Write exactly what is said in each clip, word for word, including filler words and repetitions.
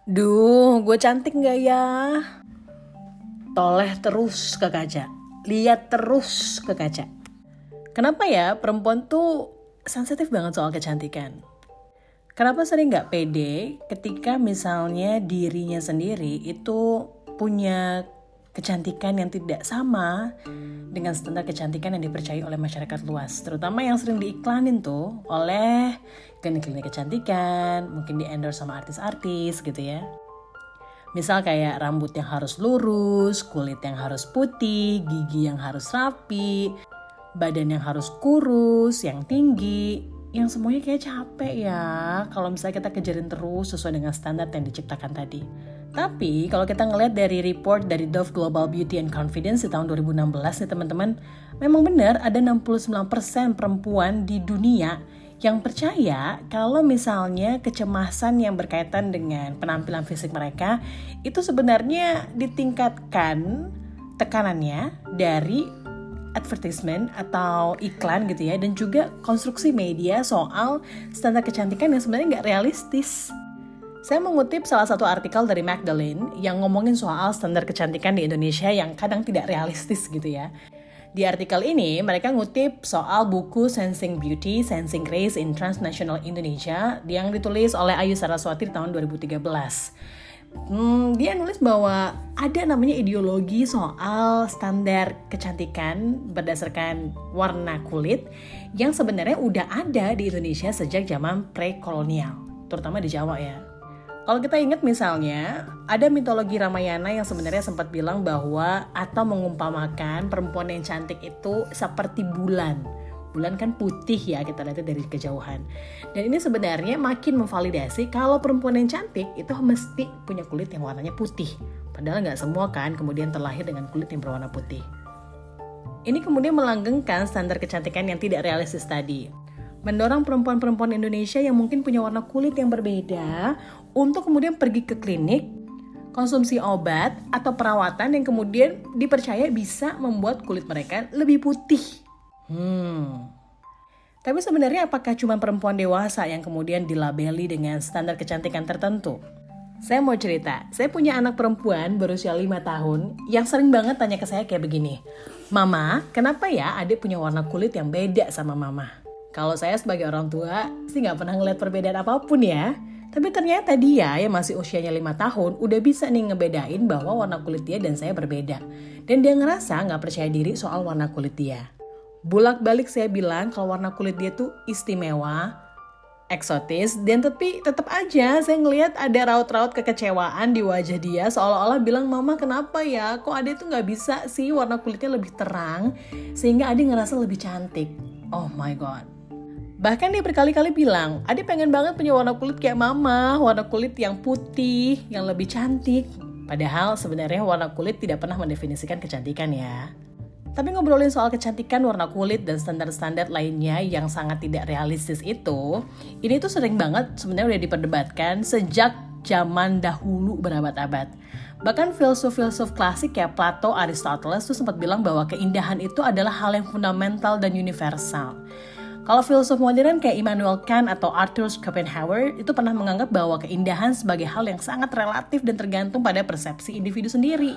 Duh, gue cantik gak ya? Toleh terus ke kaca, lihat terus ke kaca. Kenapa ya perempuan tuh sensitif banget soal kecantikan? Kenapa sering gak pede ketika misalnya dirinya sendiri itu punya kecantikan yang tidak sama dengan standar kecantikan yang dipercayai oleh masyarakat luas, terutama yang sering diiklanin tuh oleh klinik-klinik kecantikan, mungkin di endorse sama artis-artis gitu ya. Misal kayak rambut yang harus lurus, kulit yang harus putih, gigi yang harus rapi, badan yang harus kurus, yang tinggi, yang semuanya kayak capek ya kalau misalnya kita kejarin terus sesuai dengan standar yang diciptakan tadi. Tapi kalau kita ngeliat dari report dari Dove Global Beauty and Confidence di tahun dua ribu enam belas nih teman-teman, memang benar ada enam puluh sembilan persen perempuan di dunia yang percaya kalau misalnya kecemasan yang berkaitan dengan penampilan fisik mereka itu sebenarnya ditingkatkan tekanannya dari advertisement atau iklan gitu ya, dan juga konstruksi media soal standar kecantikan yang sebenarnya nggak realistis. Saya mengutip salah satu artikel dari Magdalene yang ngomongin soal standar kecantikan di Indonesia yang kadang tidak realistis gitu ya. Di artikel ini mereka ngutip soal buku Sensing Beauty, Sensing Grace in Transnational Indonesia yang ditulis oleh Ayu Saraswati di tahun dua ribu tiga belas. Hmm, dia nulis bahwa ada namanya ideologi soal standar kecantikan berdasarkan warna kulit yang sebenarnya udah ada di Indonesia sejak zaman pre-kolonial, terutama di Jawa ya. Kalau kita ingat misalnya, ada mitologi Ramayana yang sebenarnya sempat bilang bahwa atau mengumpamakan perempuan yang cantik itu seperti bulan. Bulan kan putih ya, kita lihat dari kejauhan. Dan ini sebenarnya makin memvalidasi kalau perempuan yang cantik itu mesti punya kulit yang warnanya putih. Padahal nggak semua kan kemudian terlahir dengan kulit yang berwarna putih. Ini kemudian melanggengkan standar kecantikan yang tidak realistis tadi. Mendorong perempuan-perempuan Indonesia yang mungkin punya warna kulit yang berbeda untuk kemudian pergi ke klinik, konsumsi obat atau perawatan yang kemudian dipercaya bisa membuat kulit mereka lebih putih. Hmm. Tapi sebenarnya apakah cuma perempuan dewasa yang kemudian dilabeli dengan standar kecantikan tertentu? Saya mau cerita, saya punya anak perempuan berusia lima tahun yang sering banget tanya ke saya kayak begini, "Mama, kenapa ya adik punya warna kulit yang beda sama mama?" Kalau saya sebagai orang tua sih gak pernah ngeliat perbedaan apapun ya. Tapi ternyata dia yang masih usianya lima tahun udah bisa nih ngebedain bahwa warna kulit dia dan saya berbeda. Dan dia ngerasa gak percaya diri soal warna kulit dia. Bolak-balik saya bilang kalau warna kulit dia tuh istimewa, eksotis, dan tapi tetap aja saya ngelihat ada raut-raut kekecewaan di wajah dia seolah-olah bilang, "Mama kenapa ya? Kok Ade tuh gak bisa sih warna kulitnya lebih terang sehingga Ade ngerasa lebih cantik?" Oh my god. Bahkan dia berkali-kali bilang, "Ade pengen banget punya warna kulit kayak mama, warna kulit yang putih, yang lebih cantik." Padahal sebenarnya warna kulit tidak pernah mendefinisikan kecantikan ya. Tapi ngobrolin soal kecantikan warna kulit dan standar-standar lainnya yang sangat tidak realistis itu, ini tuh sering banget sebenarnya udah diperdebatkan sejak zaman dahulu berabad-abad. Bahkan filsuf-filsuf klasik kayak Plato, Aristoteles tuh sempat bilang bahwa keindahan itu adalah hal yang fundamental dan universal. Kalau filsuf modern kayak Immanuel Kant atau Arthur Schopenhauer itu pernah menganggap bahwa keindahan sebagai hal yang sangat relatif dan tergantung pada persepsi individu sendiri.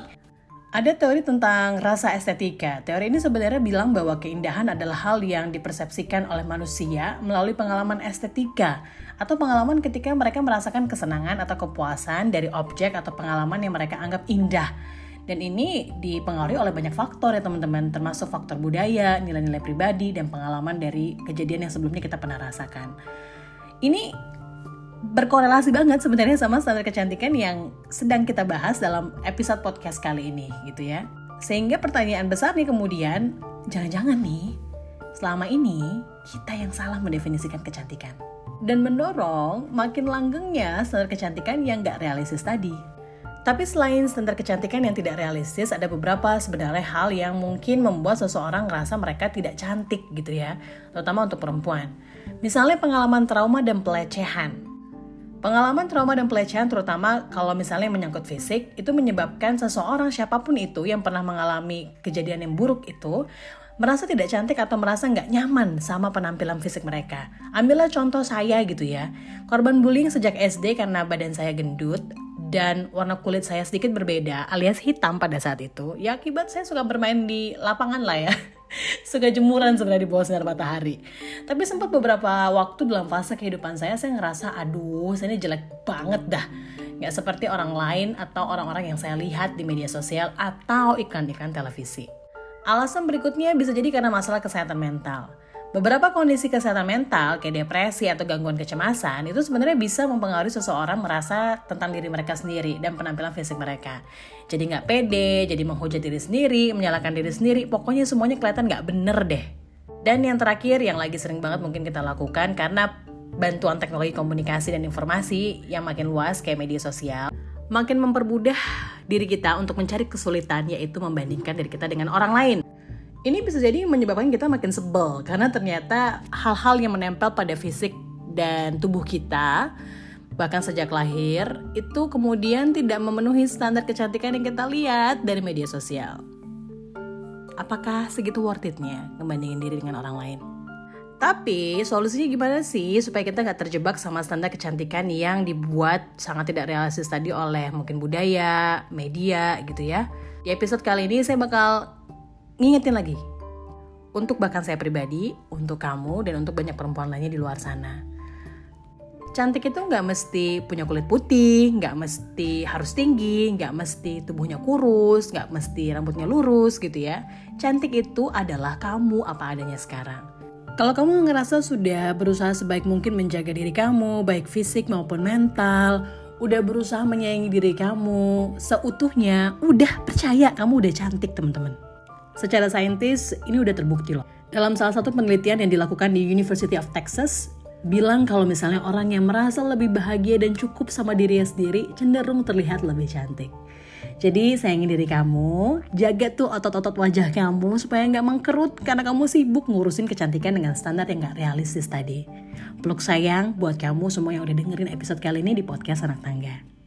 Ada teori tentang rasa estetika. Teori ini sebenarnya bilang bahwa keindahan adalah hal yang dipersepsikan oleh manusia melalui pengalaman estetika atau pengalaman ketika mereka merasakan kesenangan atau kepuasan dari objek atau pengalaman yang mereka anggap indah. Dan ini dipengaruhi oleh banyak faktor ya teman-teman, termasuk faktor budaya, nilai-nilai pribadi, dan pengalaman dari kejadian yang sebelumnya kita pernah rasakan. Ini berkorelasi banget sebenarnya sama standar kecantikan yang sedang kita bahas dalam episode podcast kali ini gitu ya. Sehingga pertanyaan besar nih kemudian, jangan-jangan nih selama ini kita yang salah mendefinisikan kecantikan dan mendorong makin langgengnya standar kecantikan yang gak realistis tadi. Tapi selain standar kecantikan yang tidak realistis, ada beberapa sebenarnya hal yang mungkin membuat seseorang merasa mereka tidak cantik gitu ya, terutama untuk perempuan. Misalnya pengalaman trauma dan pelecehan. Pengalaman trauma dan pelecehan terutama kalau misalnya menyangkut fisik, itu menyebabkan seseorang siapapun itu yang pernah mengalami kejadian yang buruk itu merasa tidak cantik atau merasa nggak nyaman sama penampilan fisik mereka. Ambillah contoh saya gitu ya, korban bullying sejak S D karena badan saya gendut dan warna kulit saya sedikit berbeda alias hitam pada saat itu, ya akibat saya suka bermain di lapangan lah ya. Suka jemuran sebenarnya di bawah sinar matahari. Tapi sempat beberapa waktu dalam fase kehidupan saya, saya ngerasa aduh saya ini jelek banget dah. Gak seperti orang lain atau orang-orang yang saya lihat di media sosial atau iklan-iklan televisi. Alasan berikutnya bisa jadi karena masalah kesehatan mental. Beberapa kondisi kesehatan mental kayak depresi atau gangguan kecemasan itu sebenarnya bisa mempengaruhi seseorang merasa tentang diri mereka sendiri dan penampilan fisik mereka. Jadi gak pede, jadi menghujat diri sendiri, menyalahkan diri sendiri, pokoknya semuanya kelihatan gak bener deh. Dan yang terakhir yang lagi sering banget mungkin kita lakukan karena bantuan teknologi komunikasi dan informasi yang makin luas kayak media sosial, makin mempermudah diri kita untuk mencari kesulitan, yaitu membandingkan diri kita dengan orang lain. Ini bisa jadi menyebabkan kita makin sebel karena ternyata hal-hal yang menempel pada fisik dan tubuh kita bahkan sejak lahir itu kemudian tidak memenuhi standar kecantikan yang kita lihat dari media sosial. Apakah segitu worth it-nya ngebandingin diri dengan orang lain? Tapi solusinya gimana sih supaya kita gak terjebak sama standar kecantikan yang dibuat sangat tidak realistis tadi oleh mungkin budaya, media gitu ya. Di episode kali ini saya bakal ngingetin lagi, untuk bahkan saya pribadi, untuk kamu, dan untuk banyak perempuan lainnya di luar sana. Cantik itu gak mesti punya kulit putih, gak mesti harus tinggi, gak mesti tubuhnya kurus, gak mesti rambutnya lurus gitu ya. Cantik itu adalah kamu apa adanya sekarang. Kalau kamu ngerasa sudah berusaha sebaik mungkin menjaga diri kamu, baik fisik maupun mental, udah berusaha menyayangi diri kamu seutuhnya, udah percaya kamu udah cantik teman-teman. Secara saintis ini udah terbukti loh. Dalam salah satu penelitian yang dilakukan di University of Texas, bilang kalau misalnya orang yang merasa lebih bahagia dan cukup sama dirinya sendiri cenderung terlihat lebih cantik. Jadi sayangi diri kamu, jaga tuh otot-otot wajah kamu supaya gak mengkerut karena kamu sibuk ngurusin kecantikan dengan standar yang gak realistis tadi. Peluk sayang buat kamu semua yang udah dengerin episode kali ini di podcast Anak Tangga.